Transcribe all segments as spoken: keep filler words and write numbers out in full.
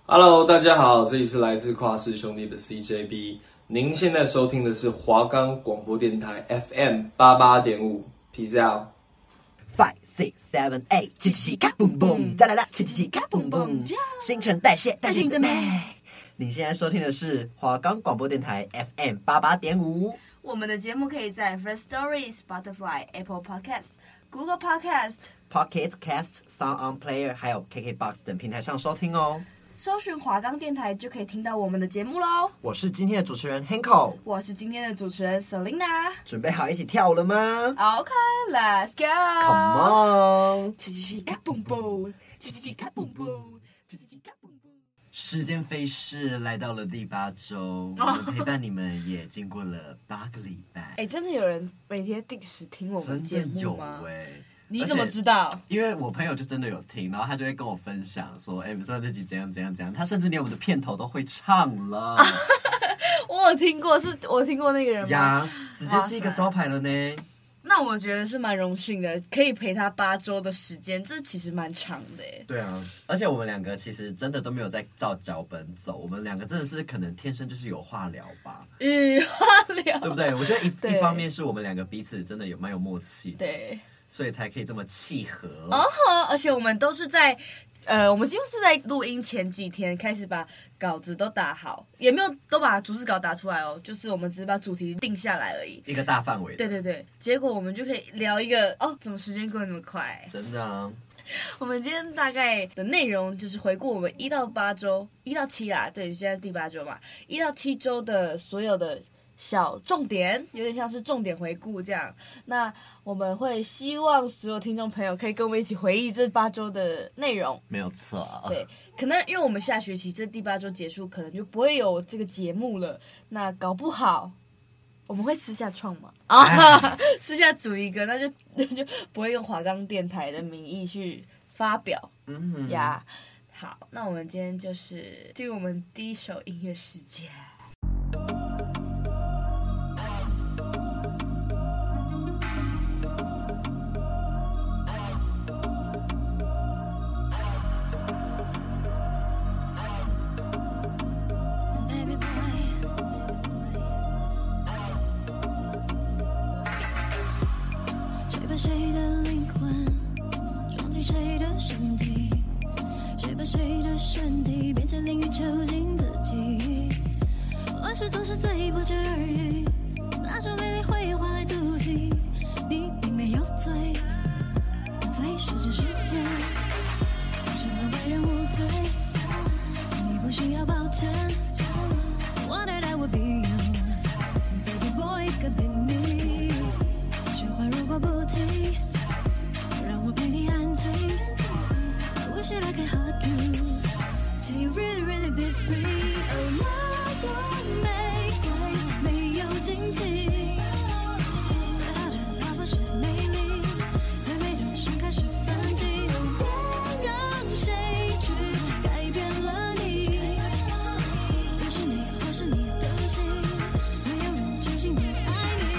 Hello， 大家好，这里是来自跨世兄弟的 C J B， 您现在收听的是华冈广播电台 F M 八八点五 ，Peace out。Five six seven eight， 七七七卡嘣嘣，再来啦，七七七卡嘣嘣，新陈代谢带进的美。你现在收听的是华冈广播电台 F M 八八点五。 我们的节目可以在 First Story、Spotify、Apple Podcast、Google Podcast、Pocket Cast、Sound On Player， 还有 K K Box 等平台上收听哦。 搜寻华冈电台就可以听到我们的节目喽。 我是今天的主持人 Hanko， 我是今天的主持人 Selina。 准备好一起跳舞了吗 ？OK， let's go。 Come on， 叽叽叽嘎嘣嘣，叽叽叽嘎嘣嘣，叽叽叽嘎嘣嘣。 时间飞逝，来到了第八周，我们陪伴你们也经过了八个礼拜。 哎、欸，真的有人每天定时听我们节目吗？ 真的有哎、欸。 你怎么知道？ 因为我朋友就真的有听，然后他就会跟我分享说：“哎、欸，上这集怎样怎样怎样。”他甚至连我们的片头都会唱了。 我有听过，是我听过那个人吗？ 呀，直接是一个招牌了呢。 那我觉得是蛮荣幸的，可以陪他八周的时间，这其实蛮长的耶。 对啊，而且我们两个其实真的都没有在照脚本走，我们两个真的是可能天生就是有话聊吧。 嗯，话聊， 对不对？我觉得 一, 一方面是我们两个彼此真的有蛮有默契的， 对。 所以才可以这么契合哦，而且我们都是在，呃，我们几乎是在录音前几天开始把稿子都打好，也没有都把逐字稿打出来哦，就是我们只是把主题定下来而已， 一个大范围的。 对对对，结果我们就可以聊一个哦，怎么时间过得那么快？ 真的啊！ 我们今天大概的内容就是回顾我们一到八周，一到七啦，对，现在第八周嘛，一到七周的所有的小重点，有点像是重点回顾这样。那我们会希望所有听众朋友可以跟我们一起回忆这八周的内容。 没有错。 对，可能因为我们下学期这第八周结束，可能就不会有这个节目了。那搞不好我们会私下创嘛？啊，私下组一个，那就那就不会用华冈电台的名义去发表。 嗯呀，好，那我们今天就是进入我们第一首音乐时间。 谁的灵魂装进谁的身体，谁把谁的身体变成淋雨囚禁自己，往事总是最不值而语，那种美丽会换来妒忌，你并没有罪，罪是这世界，什么为人无罪，你不需要抱歉。 Wanted I would be you Baby boy could be me， 雪花如果不停，让我陪你安静。 I wish that I could hug you Till you really really be free。 哦，那朵玫瑰没有荆棘，最好的老婆是美丽，最美的盛开是反击。别让谁去改变了你，或是你，或是你的心，没有人真心的爱你。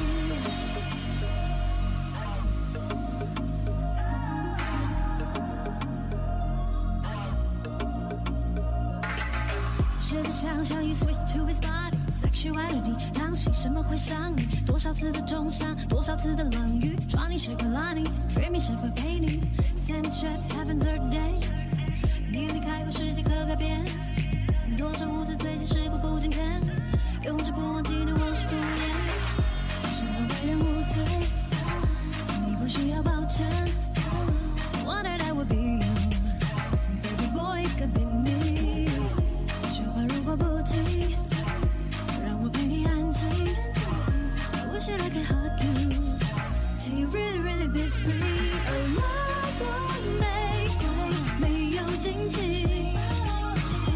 学着想象 you switch to his body sexuality， 当心什么会伤你，多少次的重伤，多少次的冷雨，抓你时会拉你，追你时会陪你。Same shit happens every day， 你离开后世界可改变，多少无字最近时过不今天，永志不忘记的往事不言，什么为人无罪，你不需要抱歉。Wanted I would be you Baby boy could be me， 雪花如果不停，让我陪你安静。 I wish that I could hug you Till you really really be free。 哦，那朵玫瑰没有荆棘，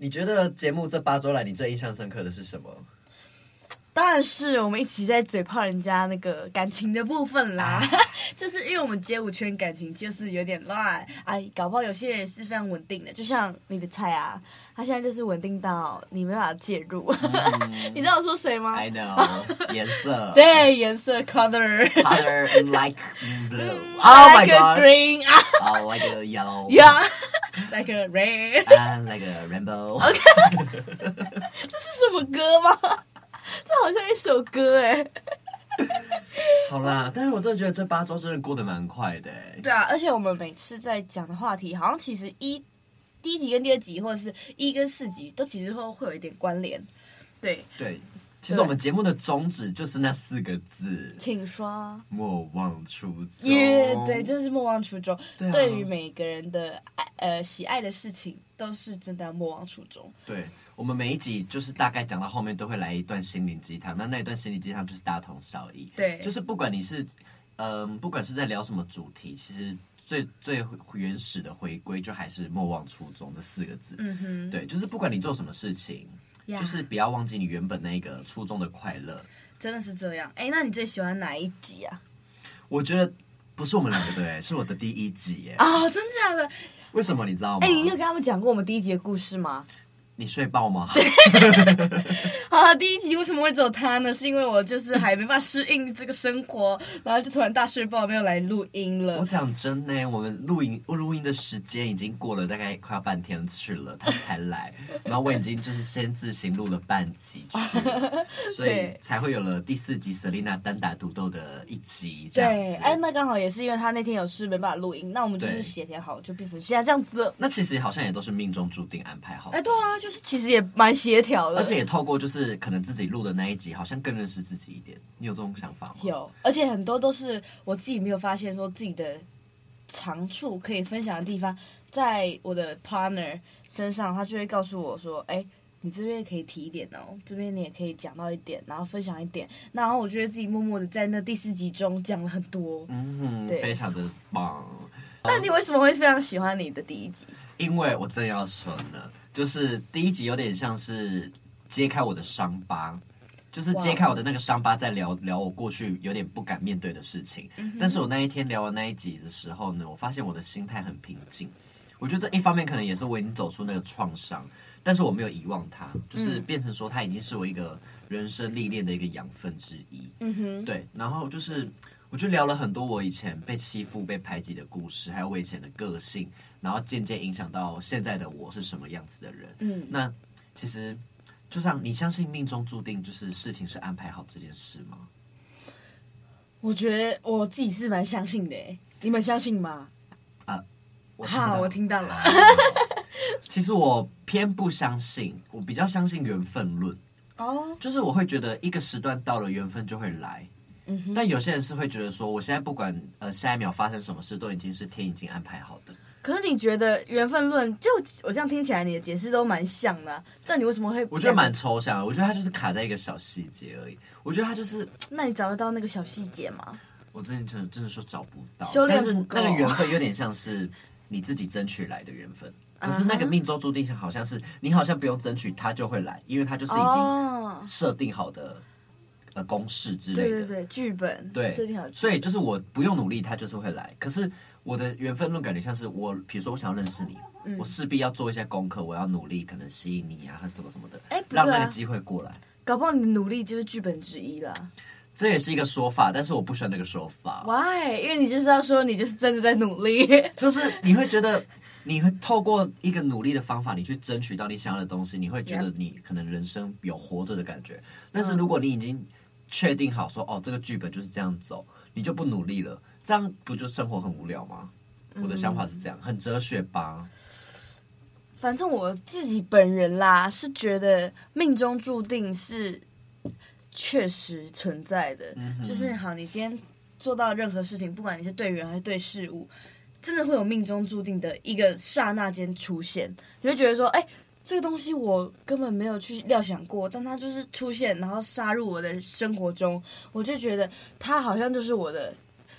你觉得节目这八周来，你最印象深刻的是什么？ 当然是我们一起在嘴炮人家那个感情的部分啦，就是因为我们街舞圈感情就是有点乱，哎，搞不好有些人是非常稳定的，就像你的菜啊，他现在就是稳定到你没办法介入。嗯、你知道我说谁吗 ？I know 颜色， 对，颜色 color color like blue. Oh my like god. A green. Oh, like a yellow. Yeah. Like a red. And like a rainbow. OK. 这是什么歌吗？这好像一首歌哎。 好啦，但是我真的觉得这八周真的过得蛮快的哎。 对啊，而且我们每次在讲的话题，好像其实一第一集跟第二集，或者是一跟四集，都其实会会有一点关联。对对，其实我们节目的宗旨就是那四个字， 请说莫忘初衷。 耶、yeah, 对，就是莫忘初衷。 对、啊， 对于每个人的爱呃喜爱的事情，都是真的要莫忘初衷。 对。我们每一集就是大概讲到后面都会来一段心灵鸡汤，那那一段心灵鸡汤就是大同小异。 对， 就是不管你是，嗯、呃，不管是在聊什么主题，其实最最原始的回归就还是莫忘初衷这四个字。 嗯哼， 对，就是不管你做什么事情， yeah. 就是不要忘记你原本那个初衷的快乐。 真的是这样。哎，那你最喜欢哪一集啊？ 我觉得不是我们两个对，是我的第一集耶。 啊、哦，真假的？ 为什么你知道吗？ 哎，你有跟他们讲过我们第一集的故事吗？ 你睡爆吗？ 啊，第一集为什么会只有他呢？是因为我就是还没办法适应这个生活，然后就突然大睡爆，没有来录音了。 我讲真呢，我们录音录音的时间已经过了大概快要半天去了，他才来，然后我已经就是先自行录了半集去了，所以才会有了第四集 Selina 单打独斗的一集这样子。 对，哎，那刚好也是因为他那天有事没办法录音，那我们就是协调好，就变成现在这样子了。 那其实好像也都是命中注定安排好的。 哎，对啊，就是其实也蛮协调的， 而且也透过就是可能自己录的那一集，好像更认识自己一点。你有这种想法吗？ 有，而且很多都是我自己没有发现，说自己的长处可以分享的地方，在我的 partner 身上，他就会告诉我说：“哎，你这边可以提一点哦，这边你也可以讲到一点，然后分享一点。”然后我觉得自己默默的在那第四集中讲了很多， 嗯哼，对，非常的棒。 那你为什么会非常喜欢你的第一集？ 因为我正要说呢，就是第一集有点像是揭开我的伤疤。就是揭开我的那个伤疤，在聊聊我过去有点不敢面对的事情。嗯、但是我那一天聊完那一集的时候呢，我发现我的心态很平静。我觉得这一方面可能也是我已经走出那个创伤，但是我没有遗忘它，就是变成说它已经是我一个人生历练的一个养分之一。嗯哼，对。然后就是我就聊了很多我以前被欺负、被排挤的故事，还有我以前的个性，然后渐渐影响到现在的我是什么样子的人。嗯，那其实。就像你相信命中注定就是事情是安排好这件事吗？ 我觉得我自己是蛮相信的，你们相信吗？ 啊， 好，我听到了。 其实我偏不相信，我比较相信缘分论。哦，就是我会觉得一个时段到了，缘分就会来。嗯哼，但有些人是会觉得说，我现在不管呃下一秒发生什么事，都已经是天已经安排好的。 可是你觉得缘分论，就我这样听起来，你的解释都蛮像的、啊，但你为什么会？ 我觉得蛮抽象的，我觉得它就是卡在一个小细节而已。我觉得它就是…… 那你找得到那个小细节吗？ 我之前真的真的说找不到， 修炼不够。 但是那个缘分有点像是你自己争取来的缘分，可是那个命中注定好像是你好像不用争取，它就会来，因为它就是已经设定好的。呃，公式之类的， 对对对，剧本对设定好，所以就是我不用努力，它就是会来。可是我的缘分论感觉像是我，比如说我想要认识你，嗯、我势必要做一些功课，我要努力，可能吸引你啊，和什么什么的，哎、啊，让那个机会过来。 搞不好你努力就是剧本之一啦。 这也是一个说法，但是我不喜欢那个说法。 Why？ 因为你就是要说你就是真的在努力， 就是你会觉得你会透过一个努力的方法，你去争取到你想要的东西，你会觉得你可能人生有活着的感觉。但是如果你已经确定好说哦，这个剧本就是这样走，你就不努力了，这样不就生活很无聊吗？嗯、我的想法是这样，很哲学吧。 反正我自己本人啦，是觉得命中注定是确实存在的。嗯、就是好，你今天做到任何事情，不管你是对人还是对事物，真的会有命中注定的一个刹那间出现，你会觉得说，哎、欸。这个东西我根本没有去料想过，但它就是出现，然后杀入我的生活中，我就觉得它好像就是我的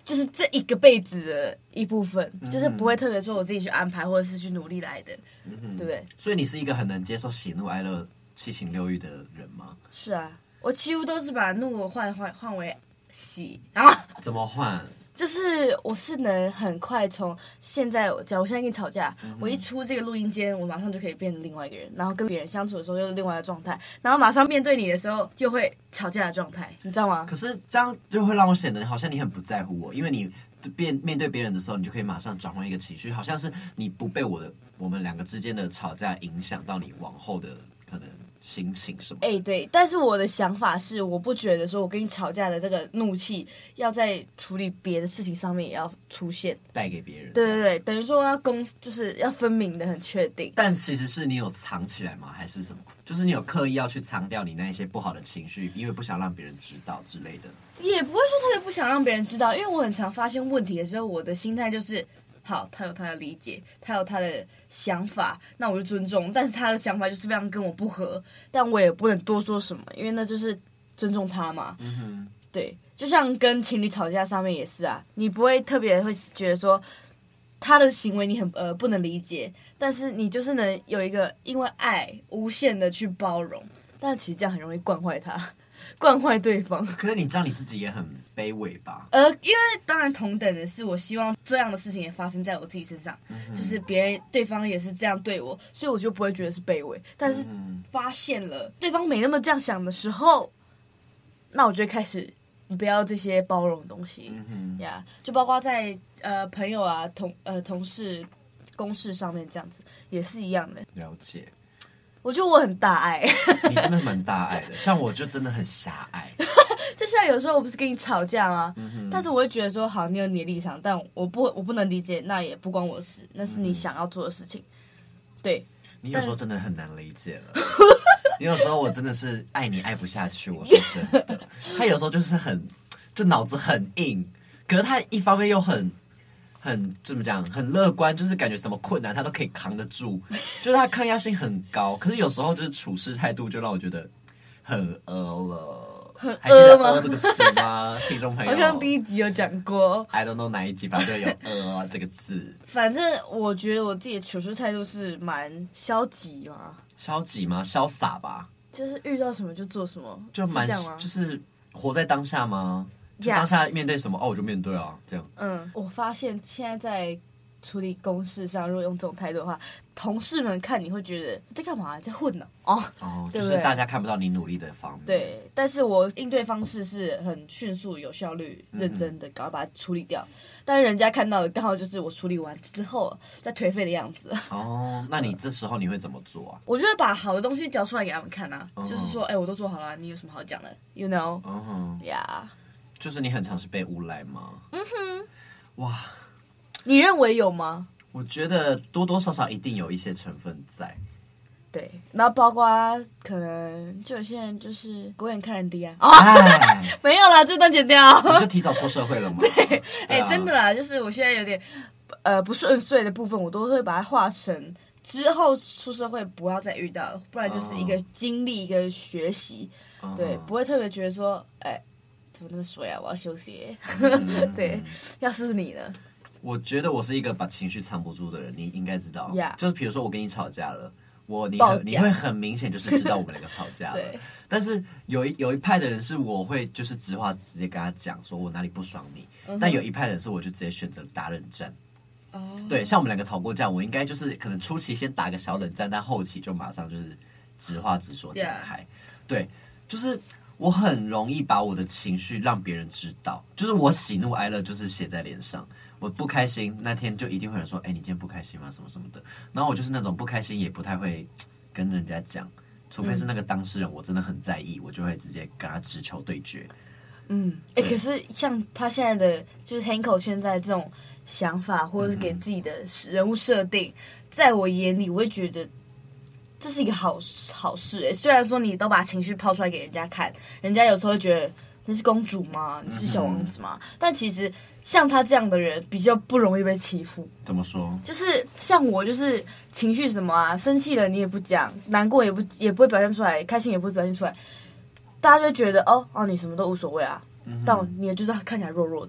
就是这一个辈子的一部分， 嗯、 就是不会特别说我自己去安排或者是去努力来的， 嗯、 对不对？ 所以你是一个很能接受喜怒哀乐、七情六欲的人吗？ 是啊，我几乎都是把怒换换换为喜啊。 怎么换？ 就是我是能很快从现在，假如我现在跟你吵架， 嗯、 我一出这个录音间，我马上就可以变成另外一个人，然后跟别人相处的时候又是另外一个状态，然后马上面对你的时候又会吵架的状态，你知道吗？ 可是这样就会让我显得好像你很不在乎我，因为你面面对别人的时候，你就可以马上转换一个情绪，好像是你不被我的我们两个之间的吵架影响到你往后的可能心情什么。 哎、欸，对，但是我的想法是，我不觉得说我跟你吵架的这个怒气要在处理别的事情上面也要出现， 带给别人。 对对对，等于说要公就是要分明的很确定。 但其实是你有藏起来吗？还是什么？就是你有刻意要去藏掉你那一些不好的情绪，因为不想让别人知道之类的。 也不会说特别不想让别人知道，因为我很常发现问题的时候，我的心态就是。好，他有他的理解，他有他的想法，那我就尊重。但是他的想法就是非常跟我不合，但我也不能多说什么，因为那就是尊重他嘛。 嗯哼， 对，就像跟情侣吵架上面也是啊，你不会特别会觉得说他的行为你很呃不能理解，但是你就是能有一个因为爱无限的去包容，但其实这样很容易惯坏他。惯坏对方， 可是你知道你自己也很卑微吧？ 呃，因为当然同等的是，我希望这样的事情也发生在我自己身上，嗯、就是别人对方也是这样对我，所以我就不会觉得是卑微。但是发现了对方没那么这样想的时候，那我就开始不要这些包容的东西呀，嗯 yeah, 就包括在呃朋友啊、同呃同事、公事上面这样子也是一样的。 了解。 我觉得我很大爱， 你真的蛮大爱的，像我就真的很狭隘。 就像有时候我不是跟你吵架吗？ 嗯、 但是我会觉得说，好，你有你的立场，但我不我不能理解，那也不关我的事，那是你想要做的事情。嗯、对， 你有时候真的很难理解了。你有时候我真的是爱你爱不下去，我说真的。他有时候就是很，就脑子很硬，可是他一方面又很。很怎么讲？很乐观，就是感觉什么困难他都可以扛得住，就是他抗压性很高。可是有时候就是处事态度就让我觉得很呃了。 很还记得呃吗？ 呃这个词吗？听众朋友， 好像第一集有讲过。 I don't know 哪一集，反正就有呃这个字。 反正我觉得我自己的处事态度是蛮消极嘛。 消极吗？潇洒吧。 就是遇到什么就做什么， 就蛮是这样吗？ 就是活在当下吗？就当下面对什么、yes. 哦，我就面对啊，这样。 嗯，我发现现在在处理公事上，如果用这种态度的话，同事们看你会觉得你在干嘛，在混呢、啊？哦， 哦， 对就是大家看不到你努力的方面。 对，但是我应对方式是很迅速、有效率、认真的，赶快把它处理掉。嗯、但是人家看到的刚好就是我处理完之后在颓废的样子。 哦，那你这时候你会怎么做啊？ 我就会把好的东西交出来给他们看啊， 嗯、 就是说，哎、欸，我都做好了，你有什么好讲的 ？You know？ 嗯哼， 呀。Yeah. 就是你很常是被诬赖吗？ 嗯哼， 哇， 你认为有吗？ 我觉得多多少少一定有一些成分在。 对，然后包括可能就有些人就是狗眼看人低啊。 哎， 没有啦，这段剪掉。 你就提早出社会了吗？ 对，哎、啊欸，真的啦，就是我现在有点呃不顺遂的部分，我都会把它化成之后出社会不要再遇到，不然就是一个经历、uh-huh. 一个学习。Uh-huh. 对，不会特别觉得说，哎、欸。怎么那么水啊！我要休息。嗯、对，要是你呢？ 我觉得我是一个把情绪藏不住的人，你应该知道。 Yeah. 就是比如说我跟你吵架了，我你很你会很明显就是知道我们两个吵架了。 对。 但是有一有一派的人是我会就是直话直接跟他讲，说我哪里不爽你。嗯、但有一派人是我就直接选择打冷战。哦。对，像我们两个吵过架，我应该就是可能初期先打个小冷战，但后期就马上就是直话直说讲开。Yeah. 对，就是。我很容易把我的情绪让别人知道，就是我喜怒哀乐就是写在脸上。我不开心那天就一定会有人说：“哎、欸，你今天不开心吗？什么什么的。”然后我就是那种不开心也不太会跟人家讲，除非是那个当事人我真的很在意，我就会直接跟他直球对决。 嗯，哎、欸，可是像他现在的就是 Hanko 现在这种想法，或者是给自己的人物设定，嗯、在我眼里，我会觉得。这是一个好好事哎、欸，虽然说你都把情绪抛出来给人家看，人家有时候会觉得你是公主吗？你是小王子吗？嗯、但其实像他这样的人比较不容易被欺负。 怎么说？ 就是像我，就是情绪什么啊，生气了你也不讲，难过也不也不会表现出来，开心也不会表现出来，大家就觉得哦哦你什么都无所谓啊，嗯、但你也就是看起来弱弱的，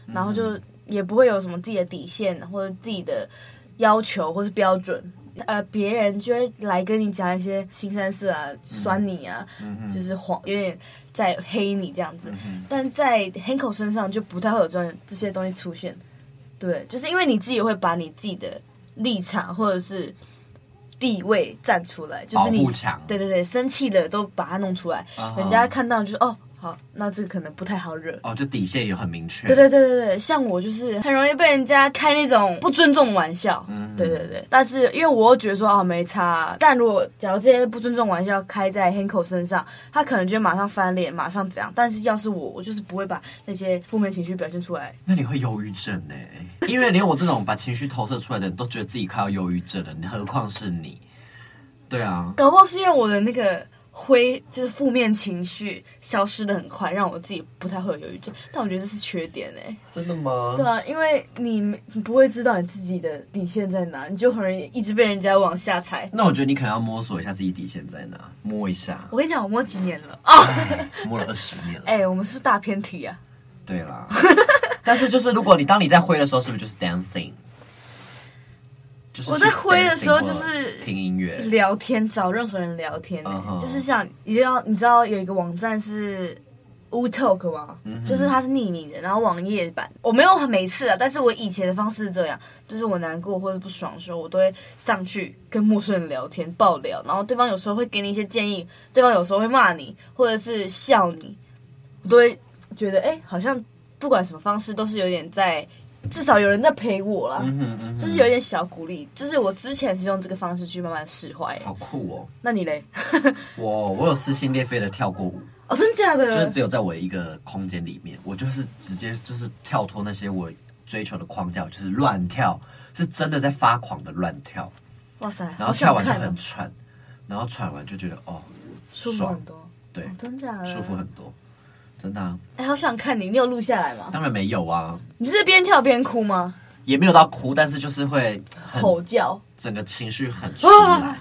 然后就也不会有什么自己的底线或者自己的要求或是标准。呃，别人就会来跟你讲一些新三色啊、酸你啊， 嗯、 就是黄，有点在黑你这样子。 嗯、 但在 Hanko 身上就不太会有这这些东西出现。对，就是因为你自己会把你自己的立场或者是地位站出来，就是你保护墙， 对对对，生气的都把它弄出来， uh-huh. 人家看到就是哦。好，那这个可能不太好惹哦，就底线也很明确。 对对对对对，像我就是很容易被人家开那种不尊重的玩笑。嗯，对对对。但是因为我又觉得说啊没差、啊，但如果假如这些不尊重玩笑开在 Hanko 身上，他可能就马上翻脸，马上怎样。但是要是我，我就是不会把那些负面情绪表现出来。 那你会忧郁症呢、欸？因为连我这种把情绪投射出来的人都觉得自己快要忧郁症了，何况是你？对啊， 搞不好是因为我的那个。灰就是负面情绪消失的很快，让我自己不太会有忧郁症，但我觉得这是缺点哎、欸。 真的吗？ 对啊，因为你你不会知道你自己的底线在哪，你就很容易一直被人家往下踩。 那我觉得你可能要摸索一下自己底线在哪，摸一下。 我跟你讲，我摸几年了啊， 摸了二十年了。 哎、欸，我们是不是大偏题啊？ 对啦，但是就是如果你当你在挥的时候，是不是就是 dancing？ 我在挥的时候就是听音乐、 聊天，找任何人聊天、欸 uh-huh. 就是像你知道，你知道有一个网站是 WooTalk 吗？嗯、就是它是匿名的，然后网页版。我没有每次啊，但是我以前的方式是这样，就是我难过或者不爽的时候，我都会上去跟陌生人聊天爆聊，然后对方有时候会给你一些建议，对方有时候会骂你或者是笑你，我都会觉得哎、欸，好像不管什么方式都是有点在。至少有人在陪我啦， 嗯哼嗯哼就是有一点小鼓励。就是我之前是用这个方式去慢慢释怀。 好酷哦！ 那你嘞？ 我我有撕心裂肺的跳过舞哦，真假的？ 就是只有在我一个空间里面，我就是直接就是跳脱那些我追求的框架，就是乱跳，是真的在发狂的乱跳。 哇塞！ 然后跳完就很喘，然后喘完就觉得哦， 舒服很多。 对、 哦，真假的？ 舒服很多。真的啊！ 哎，好想看你，你有录下来吗？ 当然没有啊！ 你是边跳边哭吗？ 也没有到哭，但是就是会吼叫， 整个情绪很出来。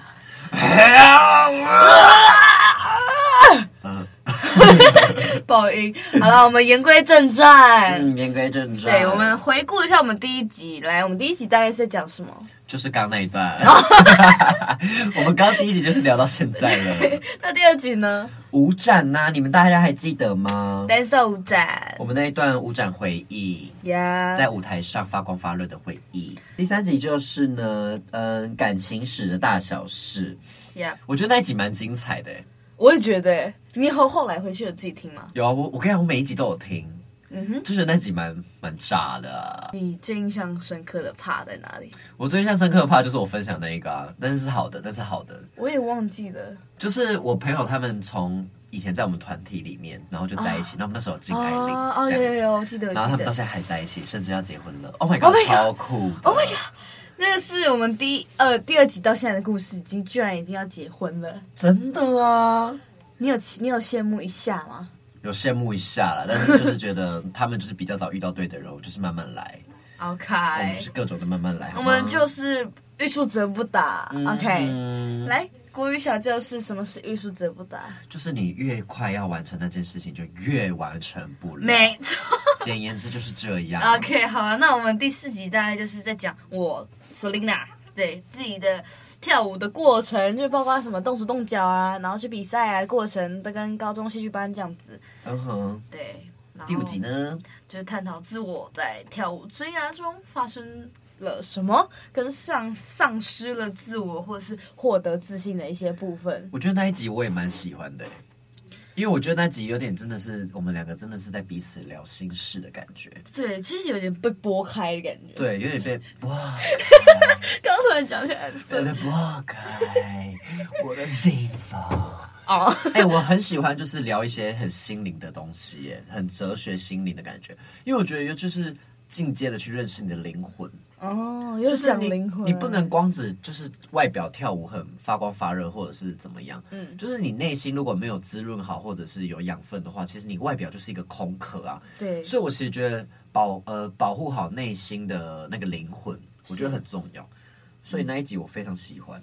嗯，爆音。好了，我们言归正传。 嗯，言归正传。 对，我们回顾一下我们第一集。来，我们第一集大概是在讲什么？ 就是刚那一段。我们刚第一集就是聊到现在了。 那第二集呢？ 舞展呐、啊，你们大家还记得吗？ 单手舞展， 我们那一段舞展回忆， yeah. 在舞台上发光发热的回忆。第三集就是呢，嗯，感情史的大小事。 Yeah. 我觉得那一集蛮精彩的。 我也觉得，你后后来回去有自己听吗？ 有啊，我我跟你讲，我每一集都有听。 嗯哼， 就是那集蛮蛮炸的。 你最印象深刻的怕在哪里？ 我最印象深刻的怕就是我分享那一个啊，但是是好的，但是好的。 我也忘记了。 就是我朋友他们从以前在我们团体里面，然后就在一起，然后我们那时候有进爱玲， 哦哦有有有，我记得， 然后他们到现在还在一起，甚至要结婚了。Oh my god， oh my god 超酷 ！Oh my god， 那个是我们第一呃第二集到现在的故事，已经居然已经要结婚了， 真的啊！ 你有你有羡慕一下吗？ 有羡慕一下啦，但是就是觉得他们就是比较早遇到对的人，我就是慢慢来。 OK， 我们就是各种的慢慢来。 我们就是欲速则不达。 嗯、 OK， 来国语小教室，什么是欲速则不达？ 就是你越快要完成那件事情，就越完成不了。 没错， 简言之就是这样。 OK， 好了，那我们第四集大概就是在讲我 Selina 对自己的跳舞的过程，就包括什么动手动脚啊，然后去比赛啊，过程都跟高中戏剧班这样子。 嗯哼， 对。 第五集呢， 就是探讨自我在跳舞生涯中发生了什么，跟丧丧失了自我或者是获得自信的一些部分。 我觉得那一集我也蛮喜欢的，因为我觉得那集有点真的是我们两个真的是在彼此聊心事的感觉。 对，其实有点被拨开的感觉。 对，有点被拨开。 刚突然讲起来， 被被拨开我的心房。 哦， 哎，我很喜欢就是聊一些很心灵的东西，耶，很哲学心灵的感觉，因为我觉得就是进阶的去认识你的灵魂。 哦，又讲灵魂， 你不能光只就是外表跳舞很发光发热，或者是怎么样， 嗯， 就是你内心如果没有滋润好，或者是有养分的话，其实你外表就是一个空壳啊。 对， 所以我其实觉得保呃保护好内心的那个灵魂，我觉得很重要。所以那一集我非常喜欢诶、欸。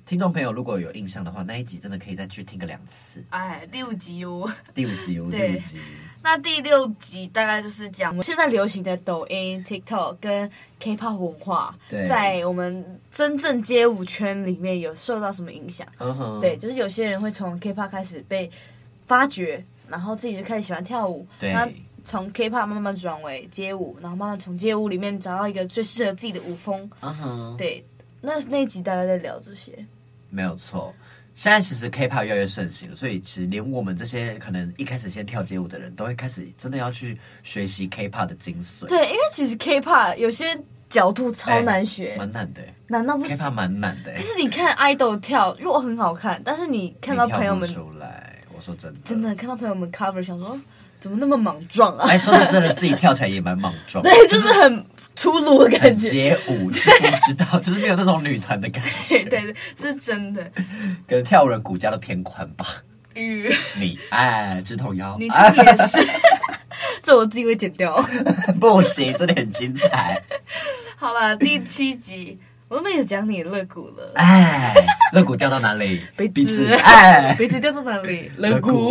听众朋友如果有印象的话，那一集真的可以再去听个两次。 哎，第五集哦。 第五集哦，第对五集。 那第六集大概就是讲现在流行的抖音、TikTok 跟 K-pop 文化， 对在我们真正街舞圈里面有受到什么影响？ 嗯哼， 对，就是有些人会从 K-pop 开始被发掘，然后自己就开始喜欢跳舞。 对那从 K-pop 慢慢转为街舞，然后慢慢从街舞里面找到一个最适合自己的舞风。 嗯哼， 对，那那一集大概在聊这些。 没有错。现在其实 K-pop 越来越盛行了，所以其实连我们这些可能一开始先跳街舞的人都会开始真的要去学习 K-pop 的精髓。 对，因为其实 K-pop 有些角度超难学， 蛮难的。 难道不是？ K-pop 蛮难的， 就是你看 idol 跳，如果很好看，但是你看到朋友们你跳不出来，我说真的， 真的看到朋友们 cover， 想说怎么那么莽撞啊？ 哎，说的真的，自己跳起来也蛮莽撞， 对，就是很粗鲁的感很觉。 街舞，就是不知道，就是没有那种女团的感觉。 对对对，这是真的。 可能跳舞人骨架都偏宽吧。 嗯， 你哎，直筒腰， 你自己也是，这我自己会剪掉。 不行，真的很精彩。 好了，第七集我都没有讲你肋骨了。 哎，肋骨掉到哪里？ 鼻鼻子。 子， 哎， 鼻子掉到哪里？肋肋骨。 骨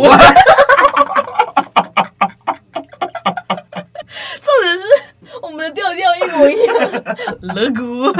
重点是我们的调调一模一样，肋骨。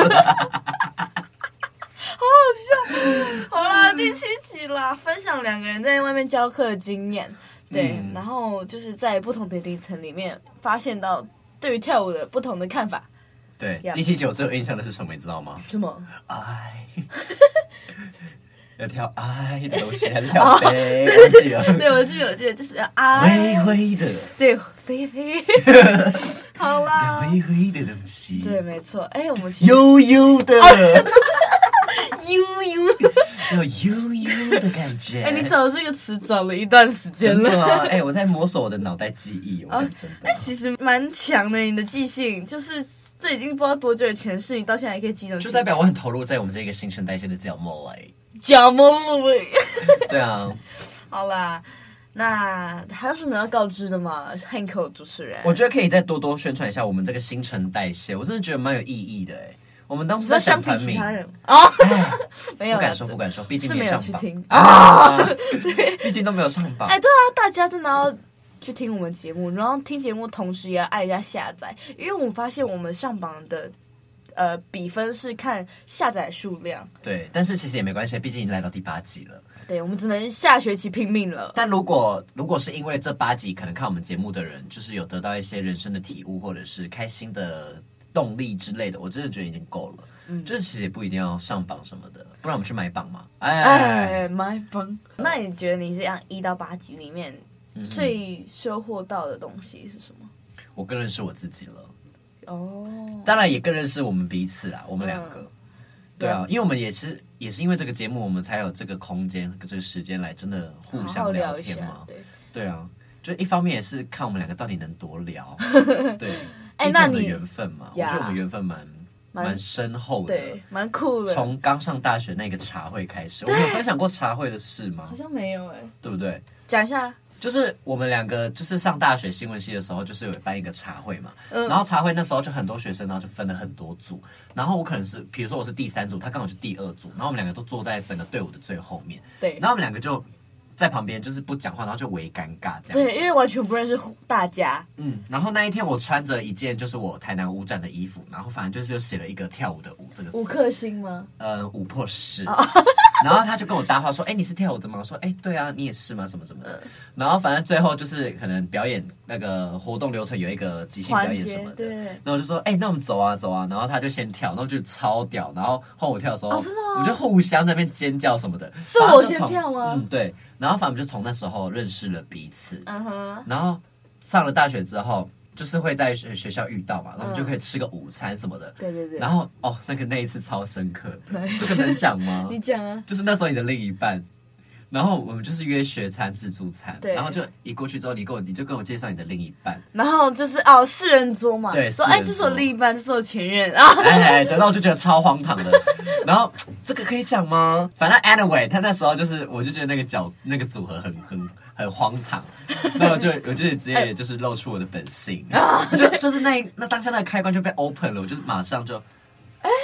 好好笑。好啦，第七集啦，分享两个人在外面教课的经验。对， 嗯然后就是在不同的年龄层里面发现到对于跳舞的不同的看法。 对， Yeah 第七集我最有印象的是什么，你知道吗？ 什么？ 爱，要跳爱的东西还是跳飞？忘记了。 对，我记得，我记得就是啊， 灰灰的， 对，飞飞。好啦， 灰灰的东西。 对，没错。哎，我们其实悠悠的， 悠悠。 有悠悠的感觉。 哎，你找这个词找了一段时间真的了。 啊？哎，我在摸索我的脑袋记忆，我讲真的那。其实蛮强的，你的记性就是这已经不知道多久以前的事，你到现在还可以记得。 就代表我很投入在我们这个新陈代谢的角膜哎。 角膜路哎。 对啊， 好啦，那还有什么要告知的吗 ？Hanko 主持人， 我觉得可以再多多宣传一下我们这个新陈代谢，我真的觉得蛮有意义的哎。我们当初在你说相想团名， 比其他人啊，没有啦不敢说不敢说，毕竟是没有上榜去听啊，毕竟都没有上榜。 哎，对啊，大家真的要去听我们节目，然后听节目同时也要按一下下载，因为我们发现我们上榜的呃比分是看下载数量， 对，但是其实也没关系，毕竟已经来到第八集了。 对，我们只能下学期拼命了。 但如果如果是因为这八集可能看我们节目的人，就是有得到一些人生的体悟，或者是开心的动力之类的，我真的觉得已经够了。嗯，就是其实也不一定要上榜什么的，不然我们去买榜嘛。哎， 哎，买榜。那你觉得你这样一到八集里面、嗯、最收获到的东西是什么？ 我更认识我自己了。 哦， 当然也更认识我们彼此啊，我们两个。嗯、对啊，因为我们也是也是因为这个节目，我们才有这个空间、这个时间来真的互相聊天嘛。 对对啊，就一方面也是看我们两个到底能多聊。对， 哎，那你缘分嘛，我觉得我们缘分蛮。蛮深厚的， 对，蛮酷的。 从刚上大学那个茶会开始，我们有分享过茶会的事吗？ 好像没有哎、欸， 对不对？ 讲一下， 就是我们两个就是上大学新闻系的时候，就是有办一个茶会嘛。 嗯、 然后茶会那时候就很多学生，然后就分了很多组。然后我可能是，比如说我是第三组，他刚好是第二组，然后我们两个都坐在整个队伍的最后面。 对， 然后我们两个就在旁边就是不讲话，然后就微尴尬这样。 对，因为完全不认识大家。 嗯，然后那一天我穿着一件就是我台南舞展的衣服，然后反正就是有写了一个跳舞的舞这个字。 五颗星吗？ 呃，五破十。哦、然后他就跟我搭话说：“哎、欸，你是跳舞的吗？”我说：“哎、欸，对啊，你也是吗？什么什么的。嗯”然后反正最后就是可能表演那个活动流程有一个即兴表演什么的。 对。 然后我就说：“哎、欸，那我们走啊走啊。”然后他就先跳，然后就超屌。然后换我跳的时候， 哦、真的吗？ 我们就互相在那边尖叫什么的。 是我先跳吗？ 嗯，对。然后反正就从那时候认识了彼此。 嗯哼。 然后上了大学之后。就是会在学校遇到嘛，然后我们就可以吃个午餐什么的。 对对对。 然后哦，那个那一次超深刻，这个能讲吗？ 你讲啊。 就是那时候你的另一半，然后我们就是约学餐自助餐， 对。 然后就一过去之后，你跟我你就跟我介绍你的另一半， 然后就是哦四人桌嘛， 对， 说哎这是我另一半，这是我前任啊， 哎，然后我就觉得超荒唐的。然后这个可以讲吗？反正 anyway， 他那时候就是我就觉得那个角那个组合很很。很荒唐，那我就我就直接就是露出我的本性，就就是那那当下那个开关就被 open 了，我就马上就， 哎，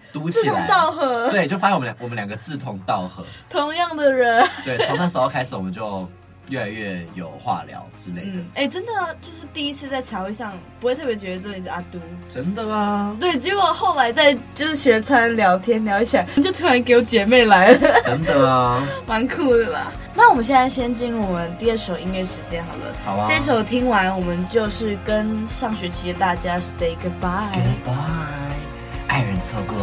读起来， 志同道合， 对，就发现我们两我们两个志同道合， 同样的人。 对，从那时候开始我们就越来越有话聊之类的。 嗯，哎、欸，真的、啊、就是第一次在茶会上不会特别觉得说你是阿都， 真的啊。 对，结果后来在就是学餐聊天聊一下，你就突然给我姐妹来了， 真的啊， 蛮酷的啦。那我们现在先进入我们第二首音乐时间好了。 好啊。 这首听完，我们就是跟上学期的大家 say goodbye。 Goodbye， 爱人错过。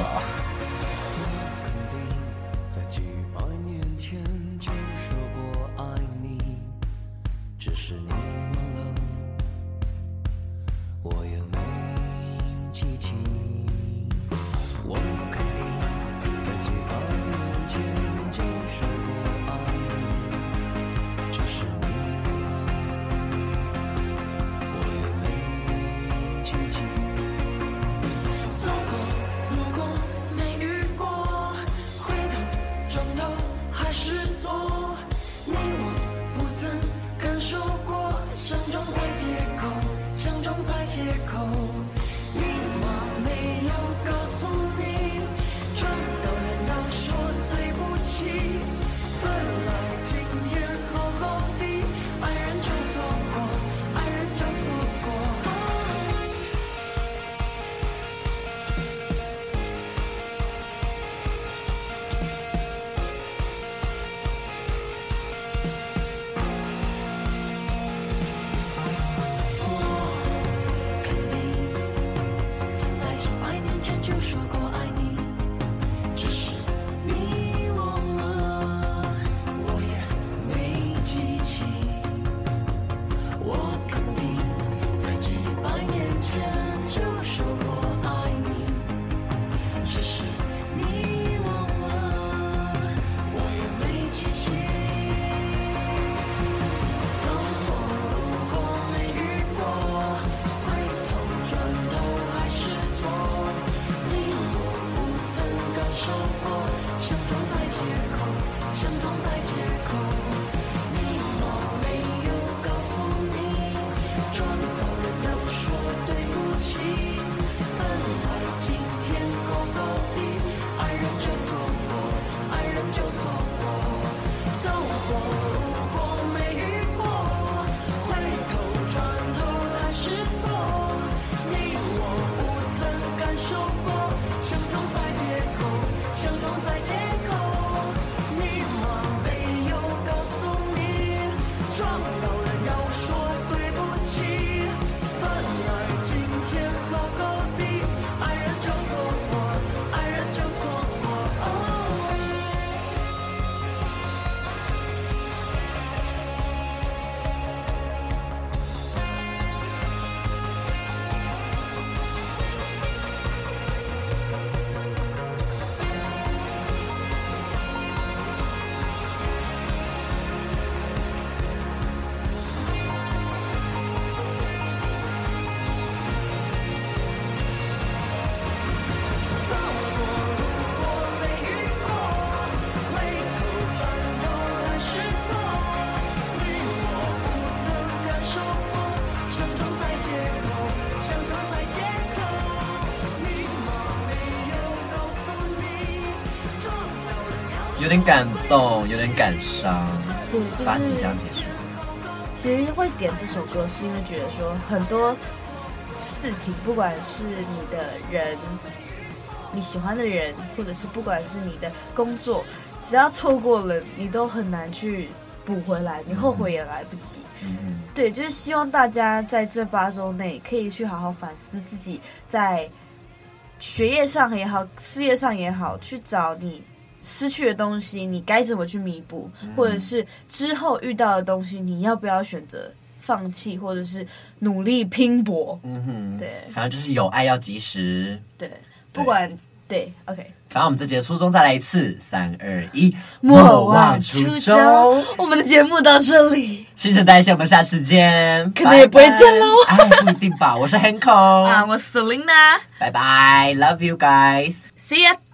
有点感动，有点感伤。 对，就是把即将结束。 其实会点这首歌，是因为觉得说很多事情，不管是你的人、你喜欢的人，或者是不管是你的工作，只要错过了，你都很难去补回来，你后悔也来不及。 嗯， 对，就是希望大家在这八周内可以去好好反思自己，在学业上也好，事业上也好，去找你失去的东西，你该怎么去弥补，嗯、或者是之后遇到的东西，你要不要选择放弃，或者是努力拼搏？ 嗯哼， 对， 反正就是有爱要及时。 对，不管对 ，OK。 反正我们这节初衷再来一次，三二一， 莫忘初衷。我们的节目到这里， 新陈代谢，我们下次见， 可能也不会见喽。 哎，不一定吧。我是 Hanko 啊，我是 Selina， 拜拜 ，Love you guys， See ya。